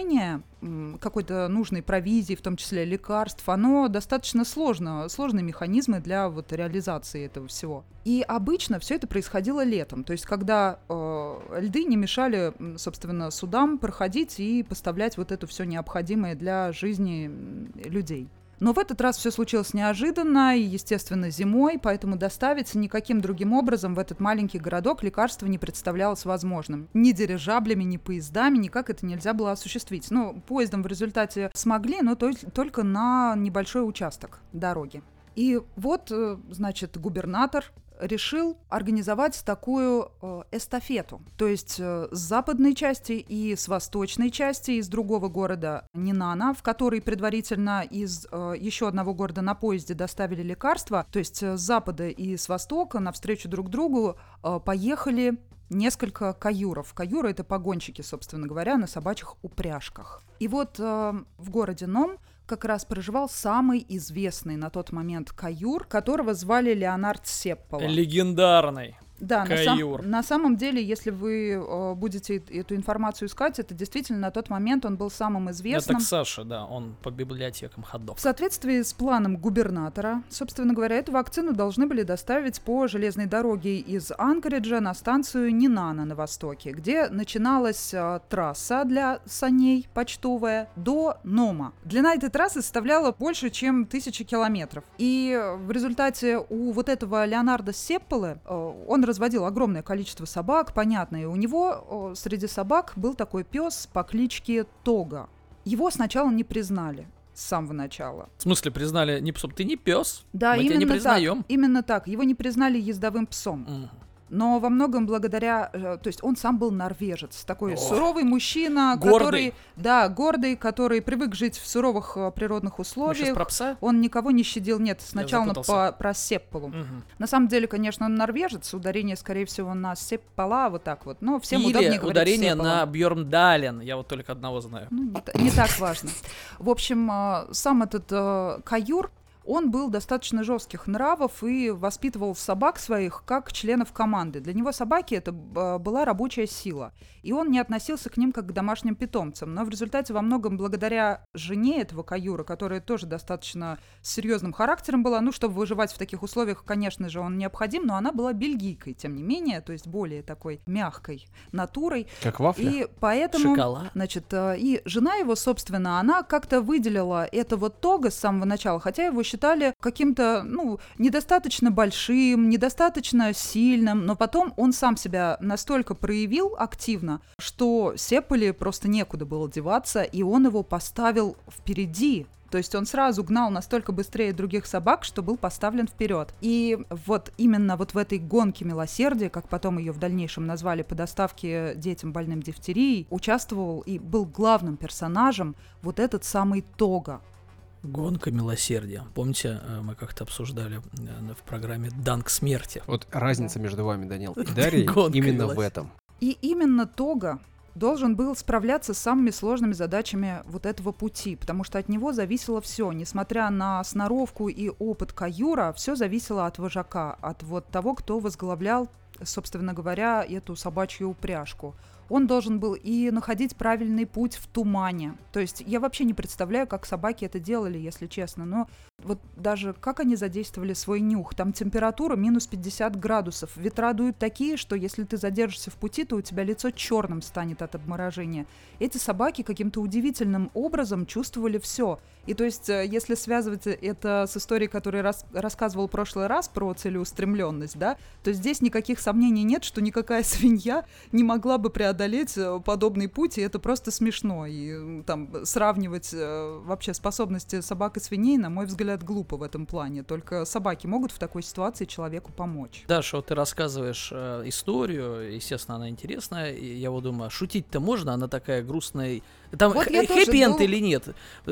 получение какой-то нужной провизии, в том числе лекарств, оно достаточно сложные механизмы для вот реализации этого всего. И обычно все это происходило летом, то есть когда льды не мешали, собственно, судам проходить и поставлять вот это все необходимое для жизни людей. Но в этот раз все случилось неожиданно и, естественно, зимой, поэтому доставить никаким другим образом в этот маленький городок лекарства не представлялось возможным. Ни дирижаблями, ни поездами никак это нельзя было осуществить. Ну, поездом в результате смогли, но только на небольшой участок дороги. И вот, значит, губернатор решил организовать такую эстафету. То есть с западной части и с восточной части из другого города Нинана, в который предварительно из еще одного города на поезде доставили лекарства, то есть с запада и с востока навстречу друг другу поехали несколько каюров. Каюры — это погонщики, собственно говоря, на собачьих упряжках. И вот в городе Ном как раз проживал самый известный на тот момент каюр, которого звали Леонард Сеппола. Легендарный. Да, на самом деле, если вы будете эту информацию искать, это действительно на тот момент он был самым известным. Это Саша, да, он по библиотекам ходов. В соответствии с планом губернатора, собственно говоря, эту вакцину должны были доставить по железной дороге из Анкориджа на станцию Нинана на востоке, где начиналась трасса для саней почтовая до Нома. Длина этой трассы составляла больше, чем 1000 километров. И в результате у вот этого Леонарда Сепполы он разводил огромное количество собак, понятно, и у него среди собак был такой пес по кличке Тога. Его сначала не признали с самого начала. В смысле признали не псом? Ты не пес? Да, мы тебя не признаем. Так, именно так. Его не признали ездовым псом. Но во многом благодаря... То есть он сам был норвежец, такой суровый мужчина, гордый. гордый, который привык жить в суровых природных условиях. Мы сейчас про пса? Он никого не щадил. Нет, сначала про Сепполу. На самом деле, конечно, он норвежец, ударение, скорее всего, на Сеппола, вот так вот. Но всем удобнее говорить ударение Сеппола. на Бьорндален, я вот только одного знаю. Ну, не так важно. В общем, сам этот каюр, он был достаточно жестких нравов и воспитывал собак своих как членов команды. Для него собаки — это была рабочая сила. И он не относился к ним как к домашним питомцам. Но в результате во многом благодаря жене этого каюра, которая тоже достаточно с серьезным характером была, ну, чтобы выживать в таких условиях, конечно же, он необходим, но она была бельгийкой, тем не менее, то есть более такой мягкой натурой. Как вафля? И поэтому, шоколад. Значит, и жена его, собственно, она как-то выделила этого Тога с самого начала, хотя его считали каким-то, недостаточно большим, недостаточно сильным, но потом он сам себя настолько проявил активно, что Сепполе просто некуда было деваться, и он его поставил впереди. То есть он сразу гнал настолько быстрее других собак, что был поставлен вперед. И вот именно вот в этой гонке милосердия, как потом ее в дальнейшем назвали, по доставке детям больным дифтерией, участвовал и был главным персонажем вот этот самый Тога. Гонка милосердия. Помните, мы как-то обсуждали в программе «Данк смерти». Вот разница между вами, Данил, и Дарьей именно в этом. И именно Тога должен был справляться с самыми сложными задачами вот этого пути, потому что от него зависело все. Несмотря на сноровку и опыт каюра, все зависело от вожака, от вот того, кто возглавлял, собственно говоря, эту собачью упряжку. Он должен был и находить правильный путь в тумане. То есть я вообще не представляю, как собаки это делали, если честно. Но вот даже как они задействовали свой нюх. Там температура минус 50 градусов. Ветра дуют такие, что если ты задержишься в пути, то у тебя лицо черным станет от обморожения. Эти собаки каким-то удивительным образом чувствовали все. И то есть, если связывать это с историей, которую рассказывал в прошлый раз про целеустремленность, да, то здесь никаких сомнений нет, что никакая свинья не могла бы преодолеть подобный путь, и это просто смешно. И там сравнивать вообще способности собак и свиней, на мой взгляд, глупо в этом плане. Только собаки могут в такой ситуации человеку помочь. Даша, вот ты рассказываешь историю, естественно, она интересная. И я вот думаю, шутить-то можно? Она такая грустная. Там вот хэппи-энд или нет?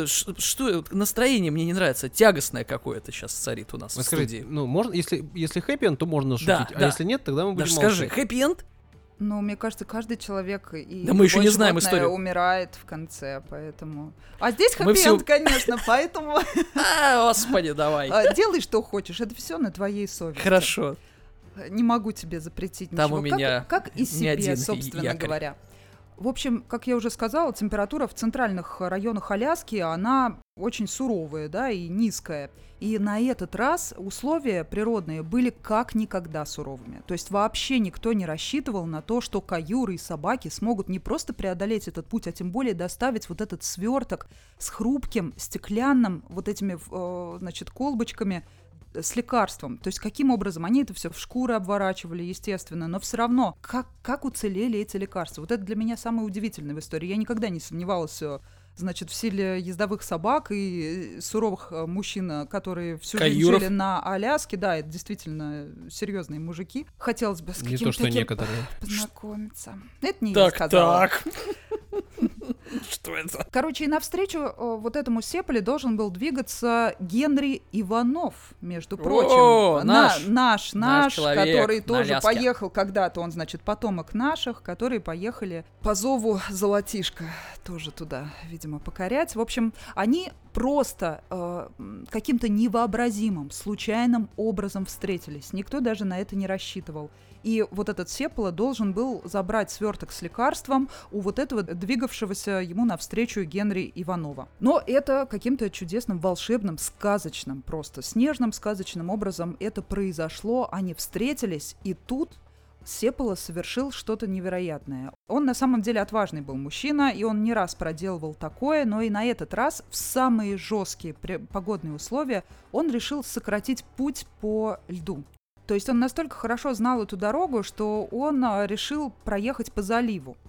Что настроение мне не нравится, тягостное какое-то сейчас царит у нас в студии. Ну, можно, если хэппи-энд, то можно шутить, если нет, тогда мы будем молчать. Скажи, хэппи-энд? Ну, мне кажется, каждый человек и да мы еще не знаем историю. умирает в конце, поэтому... А здесь хэппи-энд, конечно, поэтому... Господи, давай. Делай, что хочешь, это все на твоей совести. Хорошо. Не могу тебе запретить там ничего. У меня как и себе, собственно якорь. говоря. В общем, как я уже сказала, температура в центральных районах Аляски, она очень суровая, да, и низкая. И на этот раз условия природные были как никогда суровыми. То есть вообще никто не рассчитывал на то, что каюры и собаки смогут не просто преодолеть этот путь, а тем более доставить вот этот сверток с хрупким, стеклянным, вот этими, значит, колбочками, с лекарством. То есть каким образом они это все в шкуры обворачивали, естественно, но все равно, как уцелели эти лекарства. Вот это для меня самое удивительное в истории. Я никогда не сомневалась, значит, в силе ездовых собак и суровых мужчин, которые всю жизнь Каюров. жили на Аляске. Да, это действительно серьезные мужики. Хотелось бы с Не каким-то то, что таким некоторые. познакомиться. Это не я Так, сказала. так. Что это? Короче, и навстречу вот этому Сеполе должен был двигаться Генри Иванов, между прочим. О, наш Наш, человек который на тоже Аляске. поехал когда-то, он, значит, потомок наших, которые поехали по зову Золотишка тоже туда, видимо, покорять. В общем, они просто каким-то невообразимым, случайным образом встретились. Никто даже на это не рассчитывал. И вот этот Сепола должен был забрать сверток с лекарством у вот этого двигавшегося ему навстречу Генри Иванова. Но это каким-то чудесным, волшебным, сказочным, просто снежным сказочным образом это произошло. Они встретились, и тут Сепола совершил что-то невероятное. Он на самом деле отважный был мужчина, и он не раз проделывал такое, но и на этот раз в самые жесткие погодные условия он решил сократить путь по льду. То есть он настолько хорошо знал эту дорогу, что он решил проехать по заливу.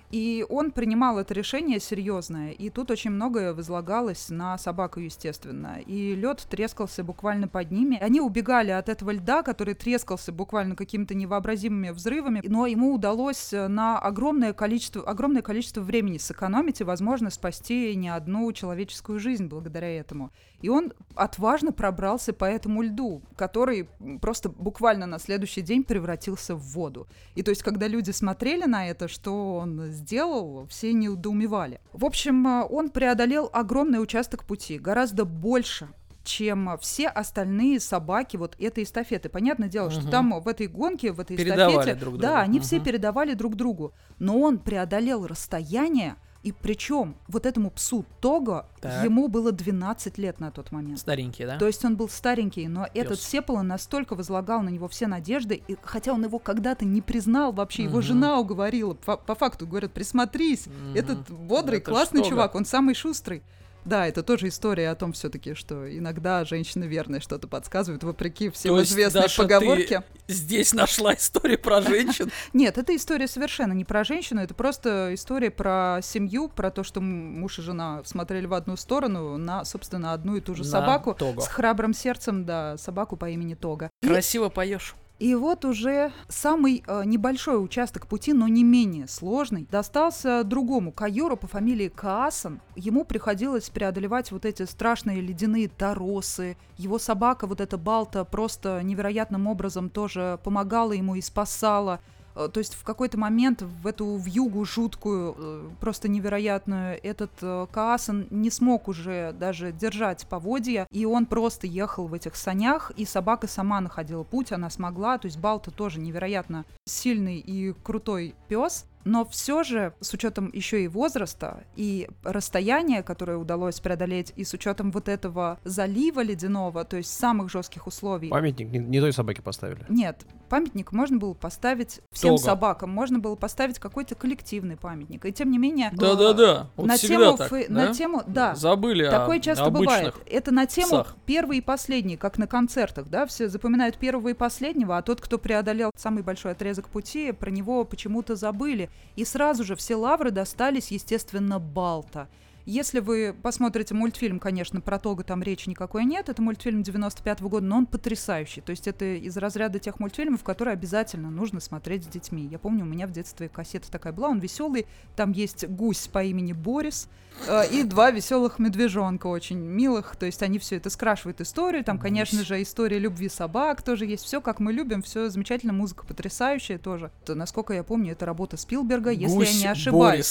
И он принимал это решение серьезное, и тут очень многое возлагалось на собаку, естественно. И лед трескался буквально под ними. Они убегали от этого льда, который трескался буквально какими-то невообразимыми взрывами, но ему удалось на огромное количество времени сэкономить и, возможно, спасти не одну человеческую жизнь благодаря этому. И он отважно пробрался по этому льду, который просто буквально на следующий день превратился в воду. И то есть, когда люди смотрели на это, что он сделал, все недоумевали. В общем, он преодолел огромный участок пути, гораздо больше, чем все остальные собаки вот этой эстафеты. Понятное дело, что там в этой гонке, в этой Передавали эстафете, друг другу. да, они все передавали друг другу. Но он преодолел расстояние, и причем вот этому псу Того, Так. ему было 12 лет на тот момент. Старенький, да? То есть он был старенький, но Пёс. этот Сепола настолько возлагал на него все надежды, и, хотя он его когда-то не признал вообще, его жена уговорила, по факту говорят, присмотрись, этот бодрый, Это классный Того. чувак, он самый шустрый. Да, это тоже история о том все-таки, что иногда женщины верные что-то подсказывают, вопреки всем То есть, известной Даша, поговорке. ты здесь нашла историю про женщин? Нет, эта история совершенно не про женщину, это просто история про семью, про то, что муж и жена смотрели в одну сторону на, собственно, одну и ту же На собаку Того. с храбрым сердцем, да, собаку по имени Тога. Красиво поешь. И вот уже самый небольшой участок пути, но не менее сложный, достался другому каюру по фамилии Каасан. Ему приходилось преодолевать вот эти страшные ледяные торосы. Его собака, вот эта Балта, просто невероятным образом тоже помогала ему и спасала. То есть в какой-то момент в эту вьюгу жуткую, просто невероятную, этот Каасан не смог уже даже держать поводья, и он просто ехал в этих санях, и собака сама находила путь, она смогла. То есть Балта тоже невероятно сильный и крутой пес. Но все же, с учетом еще и возраста, и расстояния, которое удалось преодолеть, и с учетом вот этого залива ледяного, то есть самых жестких условий. Памятник не той собаке поставили. Нет, памятник можно было поставить всем Того. собакам, можно было поставить какой-то коллективный памятник. И тем не менее... Да-да-да. Вот на всегда тему, так, на да? тему, да, Забыли такое о часто обычных бывает. Это на тему псах. первый и последний, как на концертах, да, все запоминают первого и последнего, а тот, кто преодолел самый большой отрезок пути, про него почему-то забыли. И сразу же все лавры достались, естественно, Балта. Если вы посмотрите мультфильм, конечно, про Того там речи никакой нет, это мультфильм 95-го года, но он потрясающий. То есть это из разряда тех мультфильмов, которые обязательно нужно смотреть с детьми. Я помню, у меня в детстве кассета такая была, он веселый, там есть гусь по имени Борис и два веселых медвежонка очень милых, то есть они все это скрашивают историю, там, конечно же, история любви собак тоже есть, все как мы любим, все замечательно, музыка потрясающая тоже. То, насколько я помню, это работа Спилберга, если я не ошибаюсь. Борис.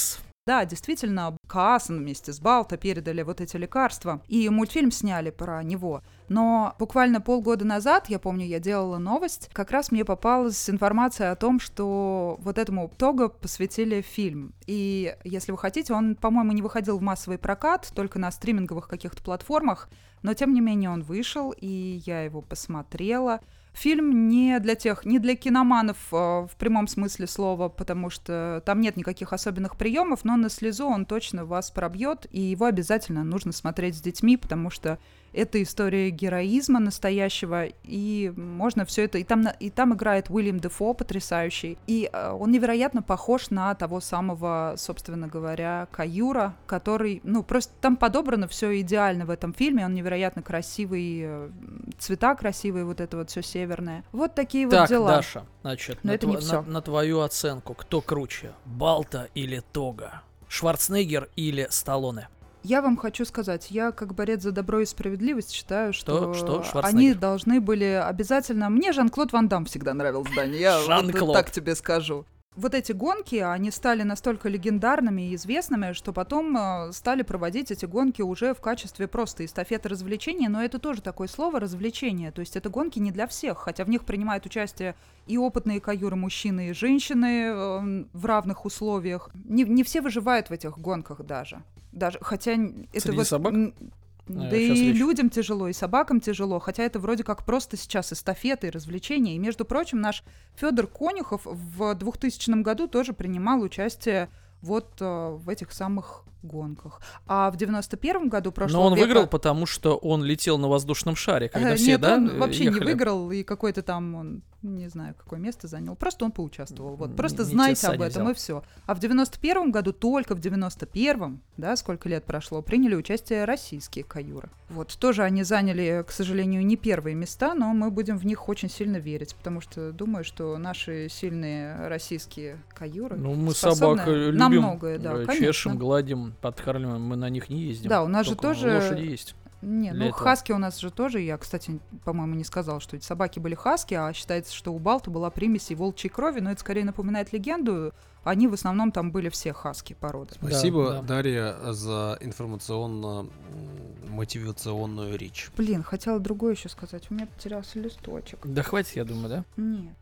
Да, действительно, Каасан вместе с Балто передали вот эти лекарства, и мультфильм сняли про него. Но буквально полгода назад, я помню, я делала новость, как раз мне попалась информация о том, что вот этому Того посвятили фильм. И, если вы хотите, он, по-моему, не выходил в массовый прокат, только на стриминговых каких-то платформах, но, тем не менее, он вышел, и я его посмотрела. Фильм не для киноманов в прямом смысле слова, потому что там нет никаких особенных приемов, но на слезу он точно вас пробьет, и его обязательно нужно смотреть с детьми, потому что это история героизма настоящего, и можно все это... И там играет Уильям Дефо потрясающий, и он невероятно похож на того самого, собственно говоря, Каюра, который... просто там подобрано все идеально в этом фильме, он невероятно красивый, цвета красивые, вот это вот все северное. Вот такие вот дела. Так, Даша, значит, но это не всё. На твою оценку, кто круче, Балто или Того? Шварценеггер или Сталлоне? Я вам хочу сказать, я как борец за добро и справедливость считаю, что Шварценеггер? они должны были обязательно... Мне Жан-Клод Ван Дамм всегда нравился, Даня, я вот так тебе скажу. Вот эти гонки, они стали настолько легендарными и известными, что потом стали проводить эти гонки уже в качестве просто эстафеты развлечения, но это тоже такое слово «развлечение», то есть это гонки не для всех, хотя в них принимают участие и опытные каюры мужчины и женщины в равных условиях. Не все выживают в этих гонках даже хотя это Среди собак? Да и людям тяжело, и собакам тяжело, хотя это вроде как просто сейчас эстафеты и развлечения. И, между прочим, наш Федор Конюхов в 2000 году тоже принимал участие вот в этих самых гонках. А в 91 году прошлого Но он века... выиграл, потому что он летел на воздушном шаре, когда все, Нет, да, он вообще ехали? не выиграл, и какое-то там, он, не знаю, какое место занял. Просто он поучаствовал. Вот. Просто Не знайте те об сани этом, взял. и все. А в 91 году, только в 91-м, да, сколько лет прошло, приняли участие российские каюры. Вот. Тоже они заняли, к сожалению, не первые места, но мы будем в них очень сильно верить, потому что думаю, что наши сильные российские каюры Мы способны собак любим, на многое, да, чешем, конечно. гладим, подкармливаем, мы на них не ездим. Да, у нас же Только тоже... лошади есть. Нет, для этого. хаски у нас же тоже, я, кстати, по-моему, не сказала, что эти собаки были хаски, а считается, что у Балто была примесь и волчьей крови, но это скорее напоминает легенду. Они в основном там были все хаски породы. Спасибо, Да. Дарья, за информационно-мотивационную речь. Блин, хотела другое еще сказать, у меня потерялся листочек. Да хватит, я думаю, да? Нет.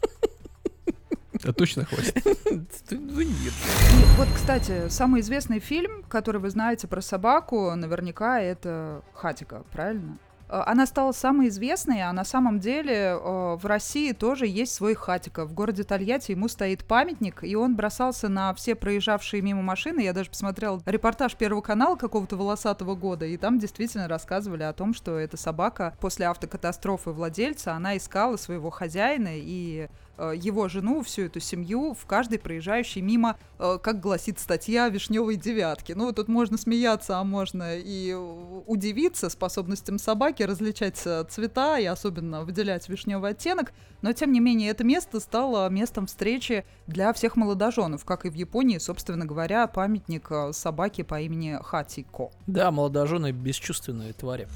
А точно хватит? Ну нет. И вот, кстати, самый известный фильм, который вы знаете про собаку, наверняка это «Хатико», правильно? Она стала самой известной, а на самом деле в России тоже есть свой Хатико. В городе Тольятти ему стоит памятник, и он бросался на все проезжавшие мимо машины. Я даже посмотрела репортаж Первого канала какого-то волосатого года, и там действительно рассказывали о том, что эта собака после автокатастрофы владельца, она искала своего хозяина и его жену, всю эту семью, в каждой проезжающей мимо, как гласит статья, «Вишневой девятки». Ну, тут можно смеяться, а можно и удивиться способностям собаки различать цвета и особенно выделять вишневый оттенок. Но, тем не менее, это место стало местом встречи для всех молодоженов, как и в Японии, собственно говоря, памятник собаке по имени Хатико. Да, молодожены бесчувственные твари.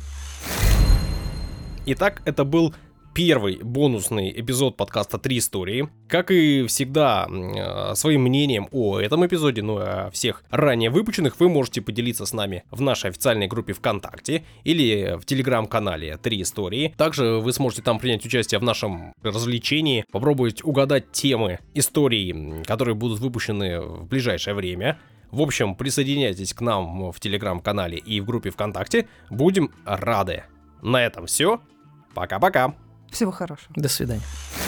Итак, это был первый бонусный эпизод подкаста «Три истории». Как и всегда, своим мнением о этом эпизоде, ну и о всех ранее выпущенных, вы можете поделиться с нами в нашей официальной группе ВКонтакте или в телеграм-канале «Три истории». Также вы сможете там принять участие в нашем развлечении, попробовать угадать темы историй, которые будут выпущены в ближайшее время. В общем, присоединяйтесь к нам в телеграм-канале и в группе ВКонтакте. Будем рады. На этом все. Пока-пока. Всего хорошего. До свидания.